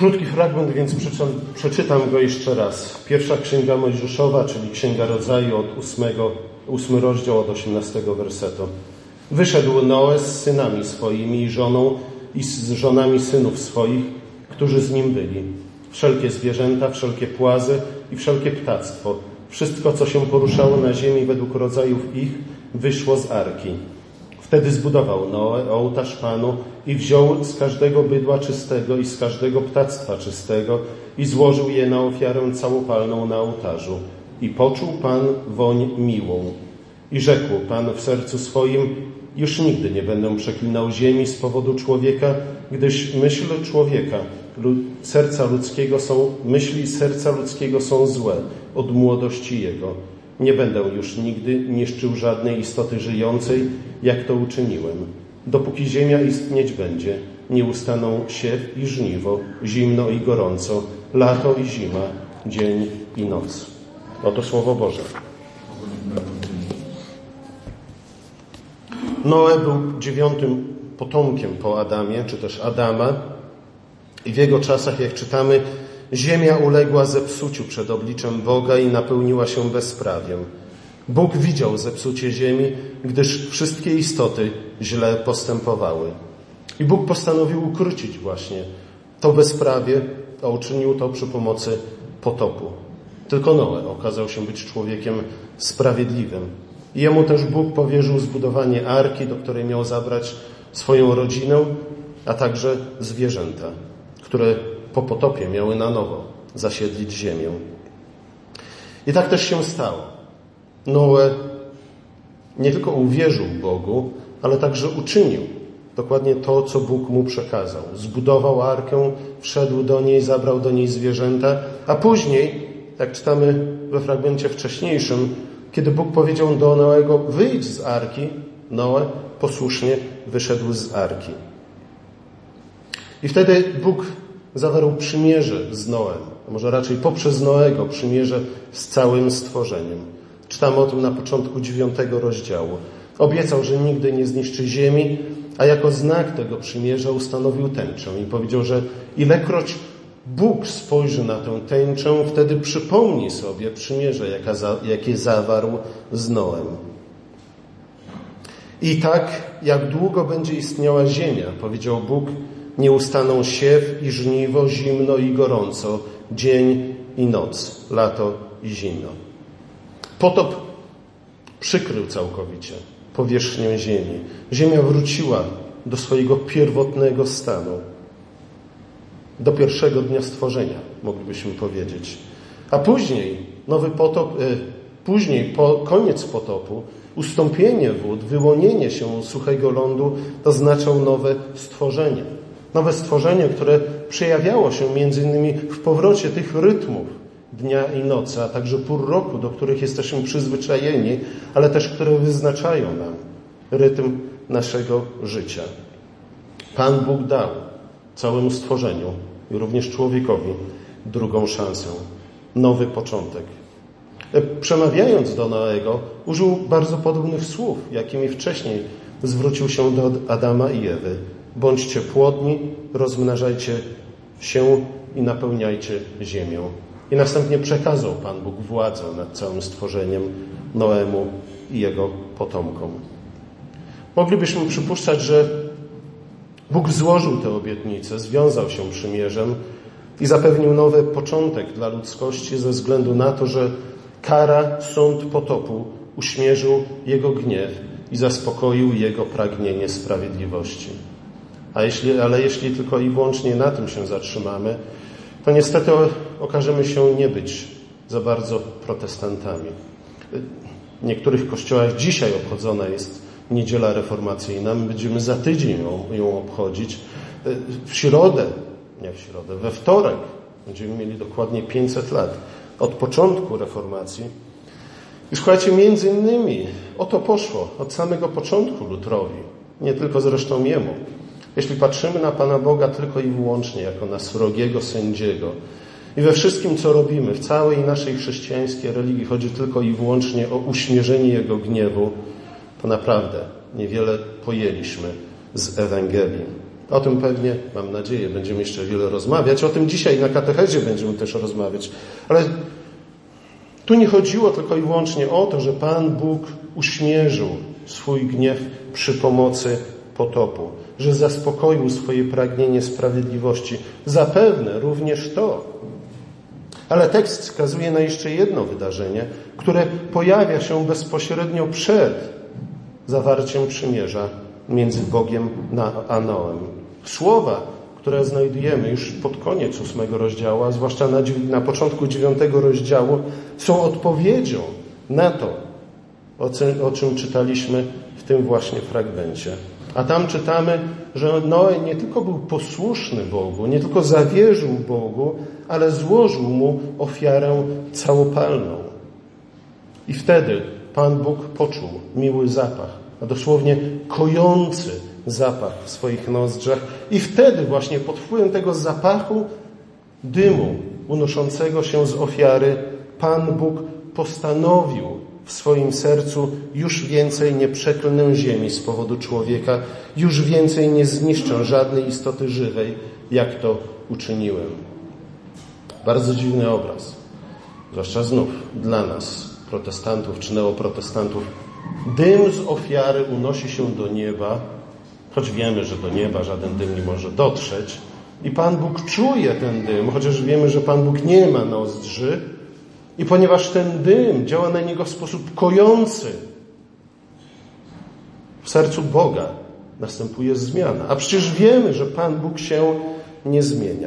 Krótki fragment, więc przeczytam go jeszcze raz. Pierwsza Księga Mojżeszowa, czyli Księga Rodzaju, od 8 rozdział, od 18 wersetu. Wyszedł Noe z synami swoimi i żoną i z żonami synów swoich, którzy z nim byli. Wszelkie zwierzęta, wszelkie płazy i wszelkie ptactwo, wszystko, co się poruszało na ziemi według rodzajów ich, wyszło z arki. Wtedy zbudował Noe ołtarz Panu i wziął z każdego bydła czystego i z każdego ptactwa czystego i złożył je na ofiarę całopalną na ołtarzu. I poczuł Pan woń miłą. I rzekł Pan w sercu swoim: już nigdy nie będę przeklinał ziemi z powodu człowieka, gdyż myśli serca ludzkiego są złe od młodości jego. Nie będę już nigdy niszczył żadnej istoty żyjącej, jak to uczyniłem. Dopóki ziemia istnieć będzie, nie ustaną siew i żniwo, zimno i gorąco, lato i zima, dzień i noc. Oto Słowo Boże. Noe był 9. potomkiem po Adamie, czy też Adama, i w jego czasach, jak czytamy, ziemia uległa zepsuciu przed obliczem Boga i napełniła się bezprawiem. Bóg widział zepsucie ziemi, gdyż wszystkie istoty źle postępowały. I Bóg postanowił ukrócić właśnie to bezprawie, a uczynił to przy pomocy potopu. Tylko Noe okazał się być człowiekiem sprawiedliwym. I jemu też Bóg powierzył zbudowanie arki, do której miał zabrać swoją rodzinę, a także zwierzęta, które po potopie miały na nowo zasiedlić ziemię. I tak też się stało. Noe nie tylko uwierzył Bogu, ale także uczynił dokładnie to, co Bóg mu przekazał. Zbudował arkę, wszedł do niej, zabrał do niej zwierzęta, a później, jak czytamy we fragmencie wcześniejszym, kiedy Bóg powiedział do Noego: wyjdź z arki, Noe posłusznie wyszedł z arki. I wtedy Bóg zawarł przymierze z Noem, a może raczej poprzez Noego przymierze z całym stworzeniem. Czytamy o tym na początku 9 rozdziału. Obiecał, że nigdy nie zniszczy ziemi, a jako znak tego przymierza ustanowił tęczę i powiedział, że ilekroć Bóg spojrzy na tę tęczę, wtedy przypomni sobie przymierze, jakie zawarł z Noem. I tak, jak długo będzie istniała ziemia, powiedział Bóg, nie ustaną siew i żniwo, zimno i gorąco, dzień i noc, lato i zimno. Potop przykrył całkowicie powierzchnię ziemi. Ziemia wróciła do swojego pierwotnego stanu. Do pierwszego dnia stworzenia, moglibyśmy powiedzieć. A później koniec potopu, ustąpienie wód, wyłonienie się suchego lądu oznaczał nowe stworzenie. Nowe stworzenie, które przejawiało się między innymi w powrocie tych rytmów dnia i nocy, a także pór roku, do których jesteśmy przyzwyczajeni, ale też które wyznaczają nam rytm naszego życia. Pan Bóg dał całemu stworzeniu i również człowiekowi drugą szansę, nowy początek. Przemawiając do Noego, użył bardzo podobnych słów, jakimi wcześniej zwrócił się do Adama i Ewy. Bądźcie płodni, rozmnażajcie się i napełniajcie ziemię. I następnie przekazał Pan Bóg władzę nad całym stworzeniem Noemu i jego potomkom. Moglibyśmy przypuszczać, że Bóg złożył tę obietnicę, związał się przymierzem i zapewnił nowy początek dla ludzkości ze względu na to, że kara, sąd potopu uśmierzył jego gniew i zaspokoił jego pragnienie sprawiedliwości. Ale jeśli tylko i wyłącznie na tym się zatrzymamy, to niestety okażemy się nie być za bardzo protestantami. W niektórych kościołach dzisiaj obchodzona jest Niedziela Reformacyjna. My będziemy za tydzień ją obchodzić. We wtorek będziemy mieli dokładnie 500 lat od początku reformacji. I słuchajcie, między innymi o to poszło od samego początku Lutrowi, nie tylko zresztą jemu. Jeśli patrzymy na Pana Boga tylko i wyłącznie jako na srogiego sędziego i we wszystkim, co robimy, w całej naszej chrześcijańskiej religii chodzi tylko i wyłącznie o uśmierzenie Jego gniewu, to naprawdę niewiele pojęliśmy z Ewangelii. O tym pewnie, mam nadzieję, będziemy jeszcze wiele rozmawiać. O tym dzisiaj na katechezie będziemy też rozmawiać. Ale tu nie chodziło tylko i wyłącznie o to, że Pan Bóg uśmierzył swój gniew przy pomocy potopu, że zaspokoił swoje pragnienie sprawiedliwości. Zapewne również to. Ale tekst wskazuje na jeszcze jedno wydarzenie, które pojawia się bezpośrednio przed zawarciem przymierza między Bogiem a Noem. Słowa, które znajdujemy już pod koniec 8 rozdziału, a zwłaszcza na początku 9 rozdziału, są odpowiedzią na to, o czym czytaliśmy w tym właśnie fragmencie. A tam czytamy, że Noe nie tylko był posłuszny Bogu, nie tylko zawierzył Bogu, ale złożył Mu ofiarę całopalną. I wtedy Pan Bóg poczuł miły zapach, a dosłownie kojący zapach w swoich nozdrzach. I wtedy właśnie pod wpływem tego zapachu dymu unoszącego się z ofiary Pan Bóg postanowił w swoim sercu: już więcej nie przeklnę ziemi z powodu człowieka, już więcej nie zniszczę żadnej istoty żywej, jak to uczyniłem. Bardzo dziwny obraz, zwłaszcza znów dla nas, protestantów czy neoprotestantów. Dym z ofiary unosi się do nieba, choć wiemy, że do nieba żaden dym nie może dotrzeć. I Pan Bóg czuje ten dym, chociaż wiemy, że Pan Bóg nie ma nozdrzy. I ponieważ ten dym działa na niego w sposób kojący, w sercu Boga następuje zmiana. A przecież wiemy, że Pan Bóg się nie zmienia.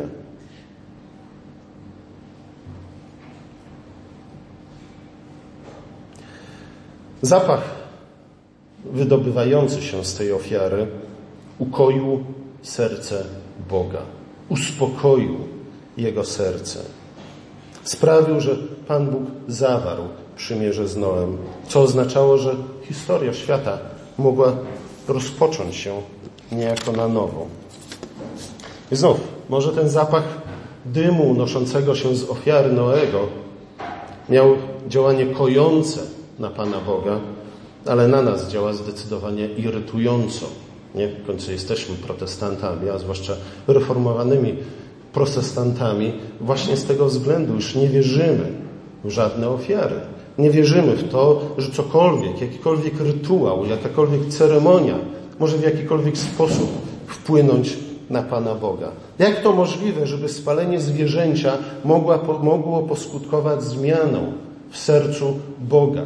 Zapach wydobywający się z tej ofiary ukoił serce Boga, uspokoił Jego serce. Sprawił, że Pan Bóg zawarł przymierze z Noem, co oznaczało, że historia świata mogła rozpocząć się niejako na nowo. I znów, może ten zapach dymu unoszącego się z ofiary Noego miał działanie kojące na Pana Boga, ale na nas działa zdecydowanie irytująco. Nie? W końcu jesteśmy protestantami, a zwłaszcza reformowanymi protestantami, właśnie z tego względu już nie wierzymy w żadne ofiary. Nie wierzymy w to, że cokolwiek, jakikolwiek rytuał, jakakolwiek ceremonia może w jakikolwiek sposób wpłynąć na Pana Boga. Jak to możliwe, żeby spalenie zwierzęcia mogło poskutkować zmianą w sercu Boga?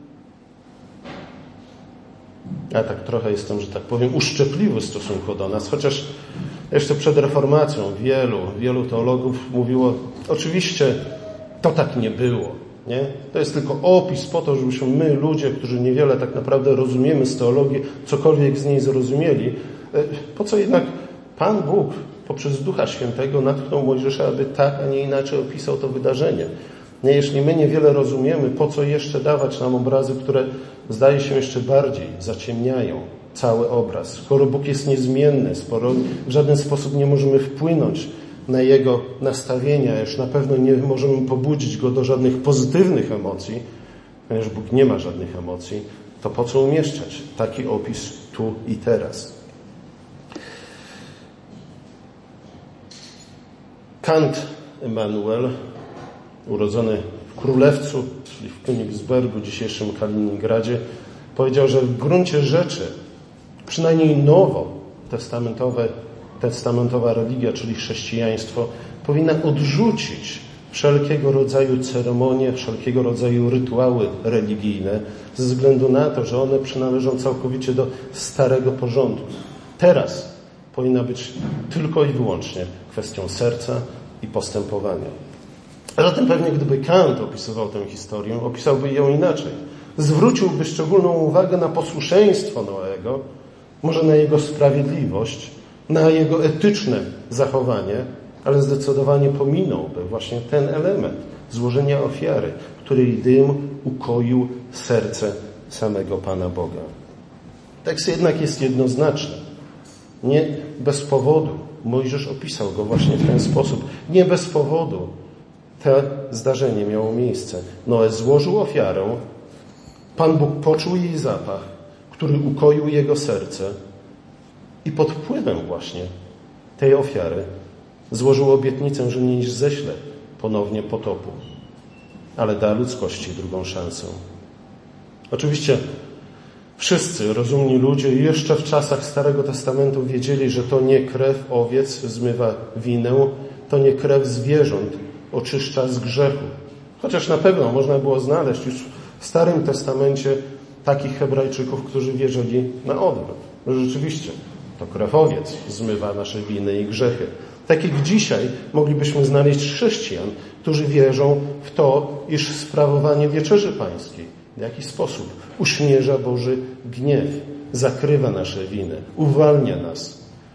Ja tak trochę jestem, że tak powiem, uszczypliwy w stosunku do nas, chociaż jeszcze przed reformacją wielu teologów mówiło, oczywiście to tak nie było. Nie? To jest tylko opis po to, żebyśmy my, ludzie, którzy niewiele tak naprawdę rozumiemy z teologii, cokolwiek z niej zrozumieli, po co jednak Pan Bóg poprzez Ducha Świętego natknął Mojżesza, aby tak, a nie inaczej opisał to wydarzenie. Nie, jeśli my niewiele rozumiemy, po co jeszcze dawać nam obrazy, które zdaje się jeszcze bardziej zaciemniają cały obraz. Skoro Bóg jest niezmienny, skoro w żaden sposób nie możemy wpłynąć na Jego nastawienia, już na pewno nie możemy pobudzić Go do żadnych pozytywnych emocji, ponieważ Bóg nie ma żadnych emocji, to po co umieszczać taki opis tu i teraz? Kant Emanuel, urodzony w Królewcu, czyli w Königsbergu, dzisiejszym Kaliningradzie, powiedział, że w gruncie rzeczy przynajmniej testamentowa religia, czyli chrześcijaństwo, powinna odrzucić wszelkiego rodzaju ceremonie, wszelkiego rodzaju rytuały religijne ze względu na to, że one przynależą całkowicie do starego porządku. Teraz powinna być tylko i wyłącznie kwestią serca i postępowania. A zatem pewnie gdyby Kant opisywał tę historię, opisałby ją inaczej. Zwróciłby szczególną uwagę na posłuszeństwo Noego, może na jego sprawiedliwość, na jego etyczne zachowanie, ale zdecydowanie pominąłby właśnie ten element złożenia ofiary, której dym ukoił serce samego Pana Boga. Tekst jednak jest jednoznaczny. Nie bez powodu Mojżesz opisał go właśnie w ten sposób. Nie bez powodu to zdarzenie miało miejsce. Noe złożył ofiarę, Pan Bóg poczuł jej zapach, który ukoił jego serce i pod wpływem właśnie tej ofiary złożył obietnicę, że nie ześle ponownie potopu, ale da ludzkości drugą szansę. Oczywiście wszyscy rozumni ludzie jeszcze w czasach Starego Testamentu wiedzieli, że to nie krew owiec zmywa winę, to nie krew zwierząt oczyszcza z grzechu. Chociaż na pewno można było znaleźć już w Starym Testamencie takich Hebrajczyków, którzy wierzyli na odwrót. Że rzeczywiście to krew owiec zmywa nasze winy i grzechy. Tak jak dzisiaj moglibyśmy znaleźć chrześcijan, którzy wierzą w to, iż sprawowanie Wieczerzy Pańskiej w jakiś sposób uśmierza Boży gniew, zakrywa nasze winy, uwalnia nas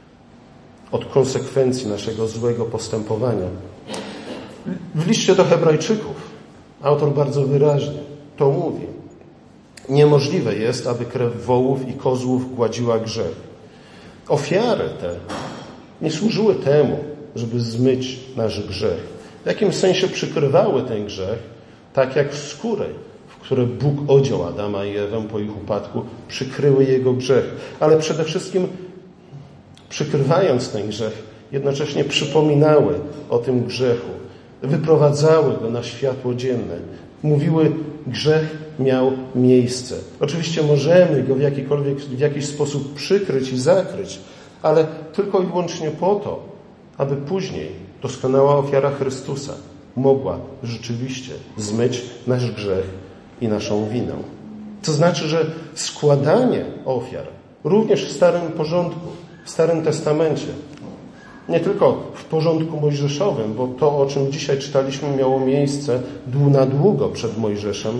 od konsekwencji naszego złego postępowania. W liście do Hebrajczyków autor bardzo wyraźnie to mówi. Niemożliwe jest, aby krew wołów i kozłów gładziła grzech. Ofiary te nie służyły temu, żeby zmyć nasz grzech. W jakimś sensie przykrywały ten grzech, tak jak skóry, w które Bóg odział Adama i Ewę po ich upadku, przykryły jego grzech. Ale przede wszystkim przykrywając ten grzech, jednocześnie przypominały o tym grzechu, wyprowadzały go na światło dzienne. Mówiły, grzech miał miejsce. Oczywiście możemy go w jakiś sposób przykryć i zakryć, ale tylko i wyłącznie po to, aby później doskonała ofiara Chrystusa mogła rzeczywiście zmyć nasz grzech i naszą winę. To znaczy, że składanie ofiar również w starym porządku, w Starym Testamencie, nie tylko w porządku mojżeszowym, bo to, o czym dzisiaj czytaliśmy, miało miejsce na długo przed Mojżeszem,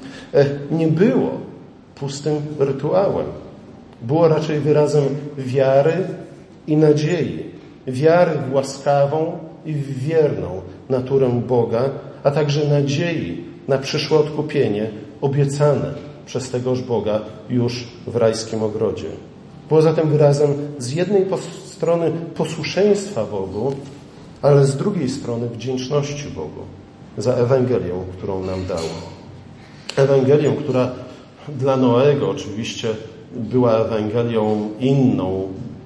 nie było pustym rytuałem. Było raczej wyrazem wiary i nadziei. Wiary w łaskawą i w wierną naturę Boga, a także nadziei na przyszłe odkupienie obiecane przez tegoż Boga już w rajskim ogrodzie. Było zatem wyrazem z jednej strony posłuszeństwa Bogu, ale z drugiej strony wdzięczności Bogu za Ewangelię, którą nam dał. Ewangelię, która dla Noego oczywiście była Ewangelią inną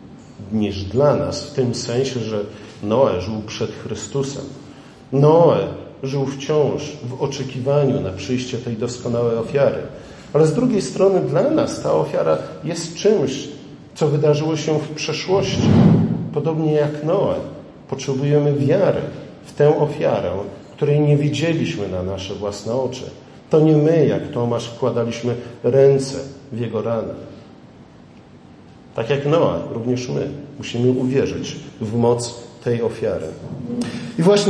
niż dla nas, w tym sensie, że Noe żył przed Chrystusem. Noe żył wciąż w oczekiwaniu na przyjście tej doskonałej ofiary. Ale z drugiej strony dla nas ta ofiara jest czymś, co wydarzyło się w przeszłości. Podobnie jak Noe, potrzebujemy wiary w tę ofiarę, której nie widzieliśmy na nasze własne oczy. To nie my, jak Tomasz, wkładaliśmy ręce w jego ranę. Tak jak Noe, również my musimy uwierzyć w moc tej ofiary. I właśnie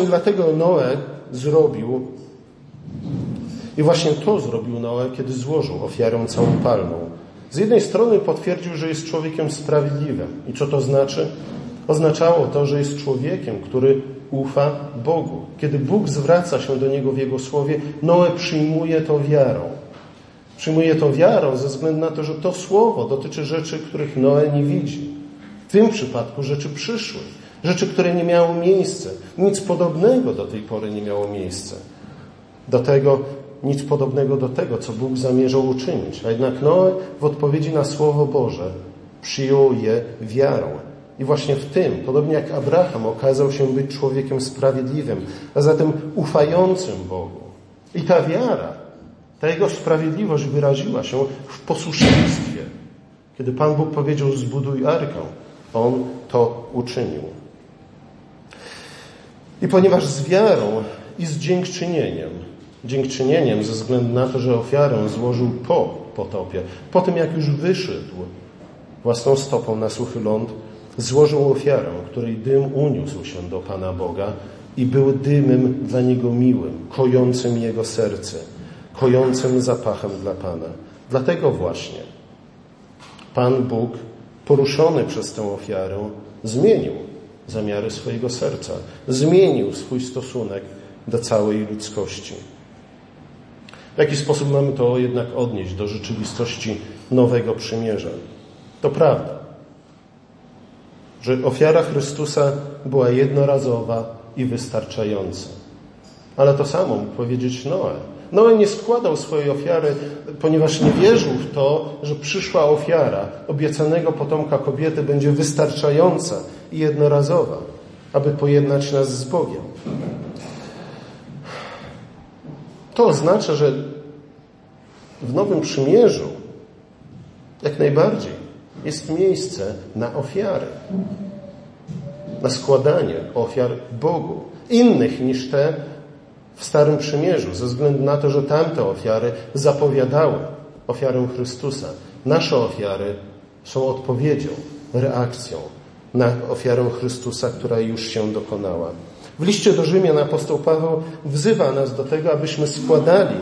to zrobił Noe, kiedy złożył ofiarę całopalną. Z jednej strony potwierdził, że jest człowiekiem sprawiedliwym. I co to znaczy? Oznaczało to, że jest człowiekiem, który ufa Bogu. Kiedy Bóg zwraca się do niego w Jego słowie, Noe przyjmuje to wiarą. Przyjmuje to wiarą ze względu na to, że to słowo dotyczy rzeczy, których Noe nie widzi. W tym przypadku rzeczy przyszłych, rzeczy, które nie miały miejsca. Nic podobnego do tej pory nie miało miejsca. Nic podobnego do tego, co Bóg zamierzał uczynić. A jednak Noe w odpowiedzi na Słowo Boże przyjął je wiarą. I właśnie w tym, podobnie jak Abraham, okazał się być człowiekiem sprawiedliwym, a zatem ufającym Bogu. I ta wiara, ta jego sprawiedliwość wyraziła się w posłuszeństwie. Kiedy Pan Bóg powiedział, zbuduj arkę, on to uczynił. I ponieważ z wiarą i z dziękczynieniem ze względu na to, że ofiarę złożył po potopie, po tym jak już wyszedł własną stopą na suchy ląd, złożył ofiarę, której dym uniósł się do Pana Boga i był dymem dla Niego miłym, kojącym Jego serce, kojącym zapachem dla Pana. Dlatego właśnie Pan Bóg, poruszony przez tę ofiarę, zmienił zamiary swojego serca, zmienił swój stosunek do całej ludzkości. W jaki sposób mamy to jednak odnieść do rzeczywistości Nowego Przymierza? To prawda, że ofiara Chrystusa była jednorazowa i wystarczająca. Ale to samo mógł powiedzieć Noe. Noe nie składał swojej ofiary, ponieważ nie wierzył w to, że przyszła ofiara obiecanego potomka kobiety będzie wystarczająca i jednorazowa, aby pojednać nas z Bogiem. To oznacza, że w Nowym Przymierzu jak najbardziej jest miejsce na ofiary, na składanie ofiar Bogu, innych niż te w Starym Przymierzu, ze względu na to, że tamte ofiary zapowiadały ofiarę Chrystusa. Nasze ofiary są odpowiedzią, reakcją na ofiarę Chrystusa, która już się dokonała. W liście do Rzymian apostoł Paweł wzywa nas do tego, abyśmy składali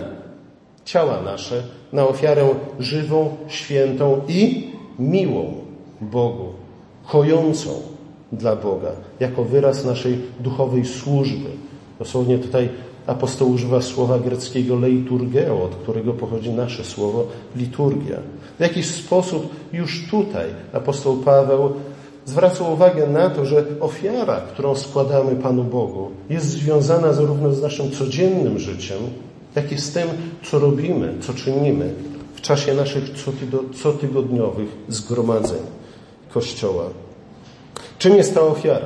ciała nasze na ofiarę żywą, świętą i miłą Bogu, kojącą dla Boga, jako wyraz naszej duchowej służby. Dosłownie tutaj apostoł używa słowa greckiego leiturgeo, od którego pochodzi nasze słowo liturgia. W jakiś sposób już tutaj apostoł Paweł zwraca uwagę na to, że ofiara, którą składamy Panu Bogu, jest związana zarówno z naszym codziennym życiem, jak i z tym, co robimy, co czynimy w czasie naszych cotygodniowych zgromadzeń Kościoła. Czym jest ta ofiara,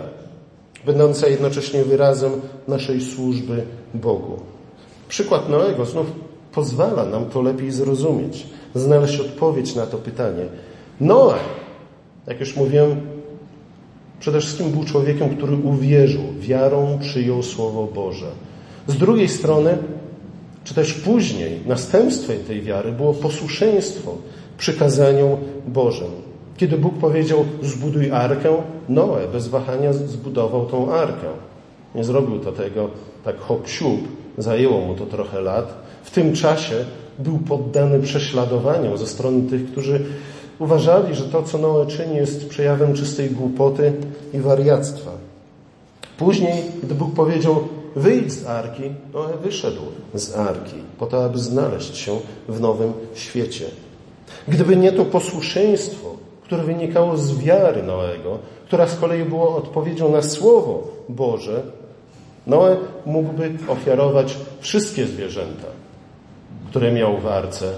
będąca jednocześnie wyrazem naszej służby Bogu? Przykład Noego znów pozwala nam to lepiej zrozumieć, znaleźć odpowiedź na to pytanie. Noe, jak już mówiłem, przede wszystkim był człowiekiem, który uwierzył, wiarą przyjął Słowo Boże. Z drugiej strony, czy też później, następstwem tej wiary było posłuszeństwo przykazaniom Bożym. Kiedy Bóg powiedział, zbuduj arkę, Noe bez wahania zbudował tą arkę. Nie zrobił to tego tak hop siup, zajęło mu to trochę lat. W tym czasie był poddany prześladowaniom ze strony tych, którzy uważali, że to, co Noe czyni, jest przejawem czystej głupoty i wariactwa. Później, gdy Bóg powiedział, wyjdź z arki, Noe wyszedł z arki, po to, aby znaleźć się w nowym świecie. Gdyby nie to posłuszeństwo, które wynikało z wiary Noego, która z kolei była odpowiedzią na Słowo Boże, Noe mógłby ofiarować wszystkie zwierzęta, które miał w arce,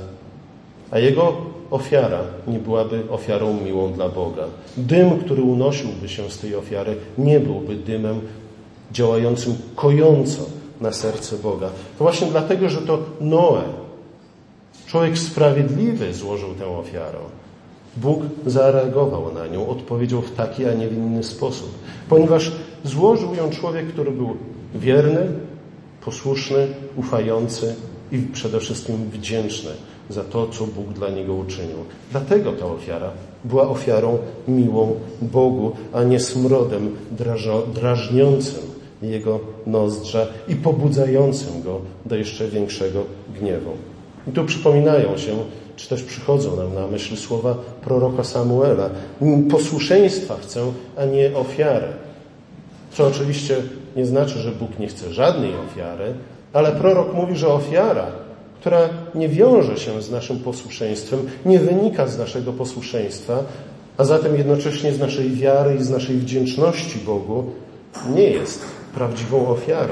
a jego ofiara nie byłaby ofiarą miłą dla Boga. Dym, który unosiłby się z tej ofiary, nie byłby dymem działającym kojąco na serce Boga. To właśnie dlatego, że to Noe, człowiek sprawiedliwy, złożył tę ofiarę. Bóg zareagował na nią, odpowiedział w taki, a nie w inny sposób. Ponieważ złożył ją człowiek, który był wierny, posłuszny, ufający i przede wszystkim wdzięczny za to, co Bóg dla niego uczynił. Dlatego ta ofiara była ofiarą miłą Bogu, a nie smrodem drażniącym jego nozdrza i pobudzającym go do jeszcze większego gniewu. I tu przypominają się, czy też przychodzą nam na myśl słowa proroka Samuela. Posłuszeństwa chcę, a nie ofiarę. Co oczywiście nie znaczy, że Bóg nie chce żadnej ofiary, ale prorok mówi, że ofiara, która nie wiąże się z naszym posłuszeństwem, nie wynika z naszego posłuszeństwa, a zatem jednocześnie z naszej wiary i z naszej wdzięczności Bogu, nie jest prawdziwą ofiarą.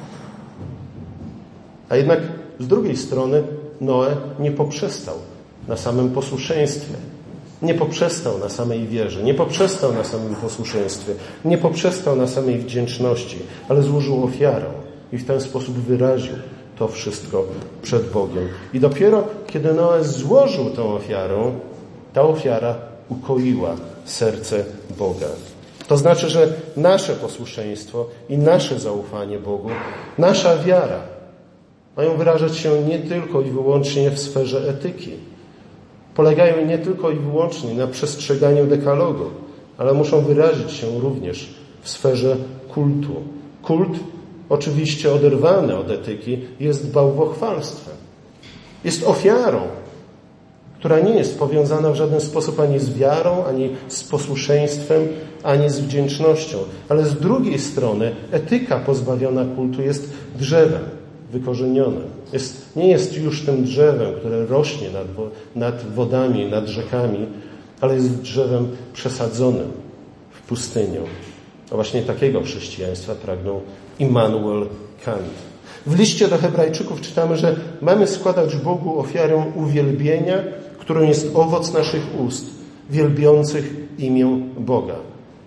A jednak z drugiej strony Noe nie poprzestał na samym posłuszeństwie. Nie poprzestał na samej wierze, nie poprzestał na samym posłuszeństwie, nie poprzestał na samej wdzięczności, ale złożył ofiarę i w ten sposób wyraził to wszystko przed Bogiem. I dopiero kiedy Noe złożył tę ofiarę, ta ofiara ukoiła serce Boga. To znaczy, że nasze posłuszeństwo i nasze zaufanie Bogu, nasza wiara mają wyrażać się nie tylko i wyłącznie w sferze etyki. Polegają nie tylko i wyłącznie na przestrzeganiu dekalogu, ale muszą wyrazić się również w sferze kultu. Kult, oczywiście oderwany od etyki, jest bałwochwalstwem. Jest ofiarą, która nie jest powiązana w żaden sposób ani z wiarą, ani z posłuszeństwem, ani z wdzięcznością. Ale z drugiej strony etyka pozbawiona kultu jest drzewem wykorzenionym. Nie jest już tym drzewem, które rośnie nad wodami, nad rzekami, ale jest drzewem przesadzonym w pustynię. A właśnie takiego chrześcijaństwa pragnął Immanuel Kant. W liście do Hebrajczyków czytamy, że mamy składać Bogu ofiarę uwielbienia, którą jest owoc naszych ust, wielbiących imię Boga.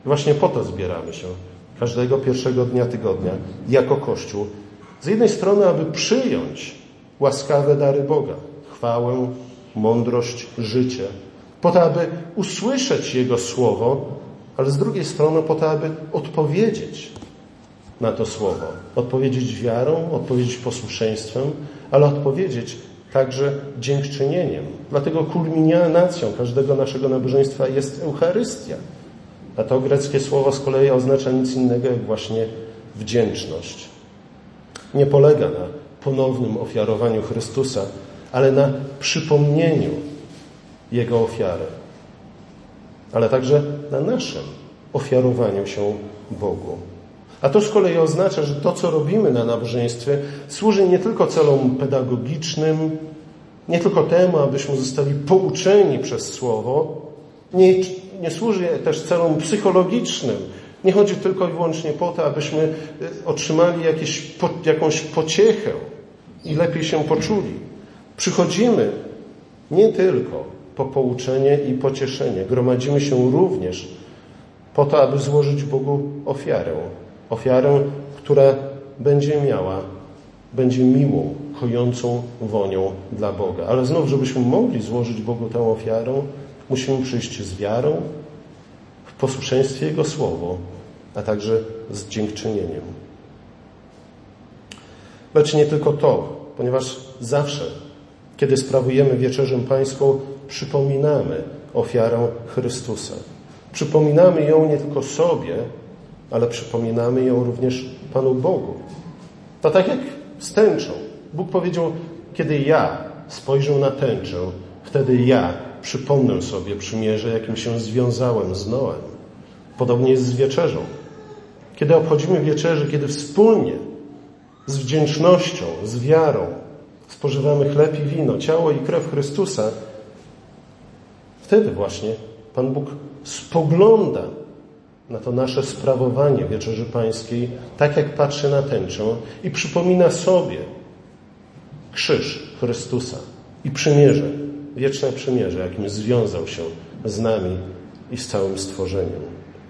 I właśnie po to zbieramy się każdego pierwszego dnia tygodnia jako Kościół. Z jednej strony, aby przyjąć łaskawe dary Boga, chwałę, mądrość, życie, po to, aby usłyszeć Jego Słowo, ale z drugiej strony po to, aby odpowiedzieć na to Słowo. Odpowiedzieć wiarą, odpowiedzieć posłuszeństwem, ale odpowiedzieć także dziękczynieniem. Dlatego kulminacją każdego naszego nabożeństwa jest Eucharystia. A to greckie słowo z kolei oznacza nic innego jak właśnie wdzięczność. Nie polega na ponownym ofiarowaniu Chrystusa, ale na przypomnieniu Jego ofiary, ale także na naszym ofiarowaniu się Bogu. A to z kolei oznacza, że to, co robimy na nabożeństwie, służy nie tylko celom pedagogicznym, nie tylko temu, abyśmy zostali pouczeni przez Słowo, nie służy też celom psychologicznym. Nie chodzi tylko i wyłącznie po to, abyśmy otrzymali jakąś pociechę i lepiej się poczuli. Przychodzimy nie tylko po pouczenie i pocieszenie. Gromadzimy się również po to, aby złożyć Bogu ofiarę. Ofiarę, która będzie miłą, kojącą wonią dla Boga. Ale znów, żebyśmy mogli złożyć Bogu tę ofiarę, musimy przyjść z wiarą, w posłuszeństwie Jego Słowo, a także z dziękczynieniem. Lecz nie tylko to, ponieważ zawsze, kiedy sprawujemy Wieczerzę Pańską, przypominamy ofiarę Chrystusa. Przypominamy ją nie tylko sobie, ale przypominamy ją również Panu Bogu. To tak jak z tęczą. Bóg powiedział, kiedy ja spojrzę na tęczę, wtedy ja przypomnę sobie przymierze, jakim się związałem z Noem. Podobnie jest z wieczerzą. Kiedy obchodzimy wieczerzę, kiedy wspólnie, z wdzięcznością, z wiarą spożywamy chleb i wino, ciało i krew Chrystusa, wtedy właśnie Pan Bóg spogląda na to nasze sprawowanie Wieczerzy Pańskiej, tak jak patrzy na tęczę i przypomina sobie krzyż Chrystusa i przymierze, wieczne przymierze, jakim związał się z nami i z całym stworzeniem.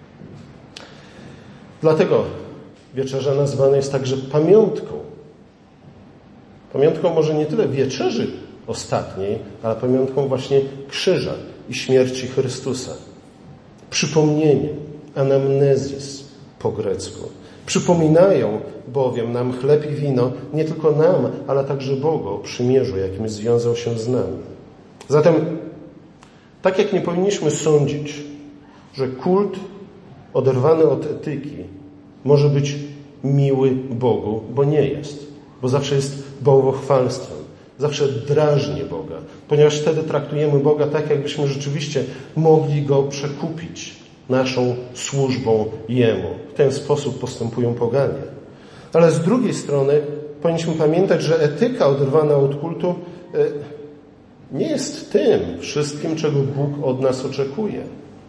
Dlatego wieczerza nazwana jest także pamiątką. Pamiątką może nie tyle wieczerzy ostatniej, ale pamiątką właśnie krzyża i śmierci Chrystusa. Przypomnieniem, anamnezis po grecku. Przypominają bowiem nam chleb i wino, nie tylko nam, ale także Bogu o przymierzu, jakim związał się z nami. Zatem, tak jak nie powinniśmy sądzić, że kult oderwany od etyki może być miły Bogu, bo nie jest, bo zawsze jest bałwochwalstwem, zawsze drażni Boga, ponieważ wtedy traktujemy Boga tak, jakbyśmy rzeczywiście mogli Go przekupić naszą służbą Jemu. W ten sposób postępują poganie. Ale z drugiej strony powinniśmy pamiętać, że etyka oderwana od kultu nie jest tym wszystkim, czego Bóg od nas oczekuje.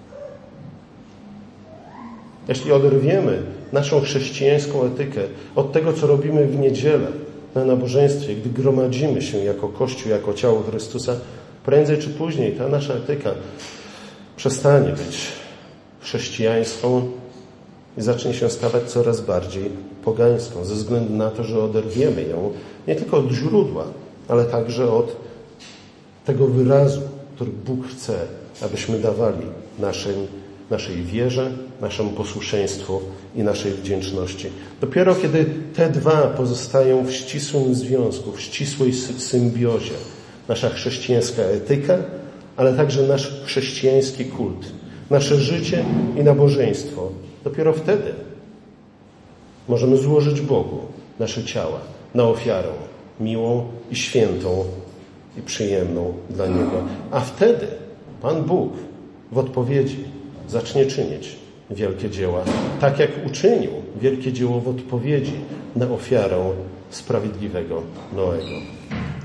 Jeśli oderwiemy naszą chrześcijańską etykę od tego, co robimy w niedzielę na nabożeństwie, gdy gromadzimy się jako Kościół, jako ciało Chrystusa, prędzej czy później ta nasza etyka przestanie być chrześcijańską i zacznie się stawać coraz bardziej pogańską, ze względu na to, że oderwiemy ją nie tylko od źródła, ale także od tego wyrazu, który Bóg chce, abyśmy dawali naszej wierze, naszemu posłuszeństwu i naszej wdzięczności. Dopiero kiedy te dwa pozostają w ścisłym związku, w ścisłej symbiozie, nasza chrześcijańska etyka, ale także nasz chrześcijański kult, nasze życie i nabożeństwo, dopiero wtedy możemy złożyć Bogu nasze ciała na ofiarę miłą i świętą i przyjemną dla Niego. A wtedy Pan Bóg w odpowiedzi zacznie czynić wielkie dzieła, tak jak uczynił wielkie dzieło w odpowiedzi na ofiarę sprawiedliwego Noego.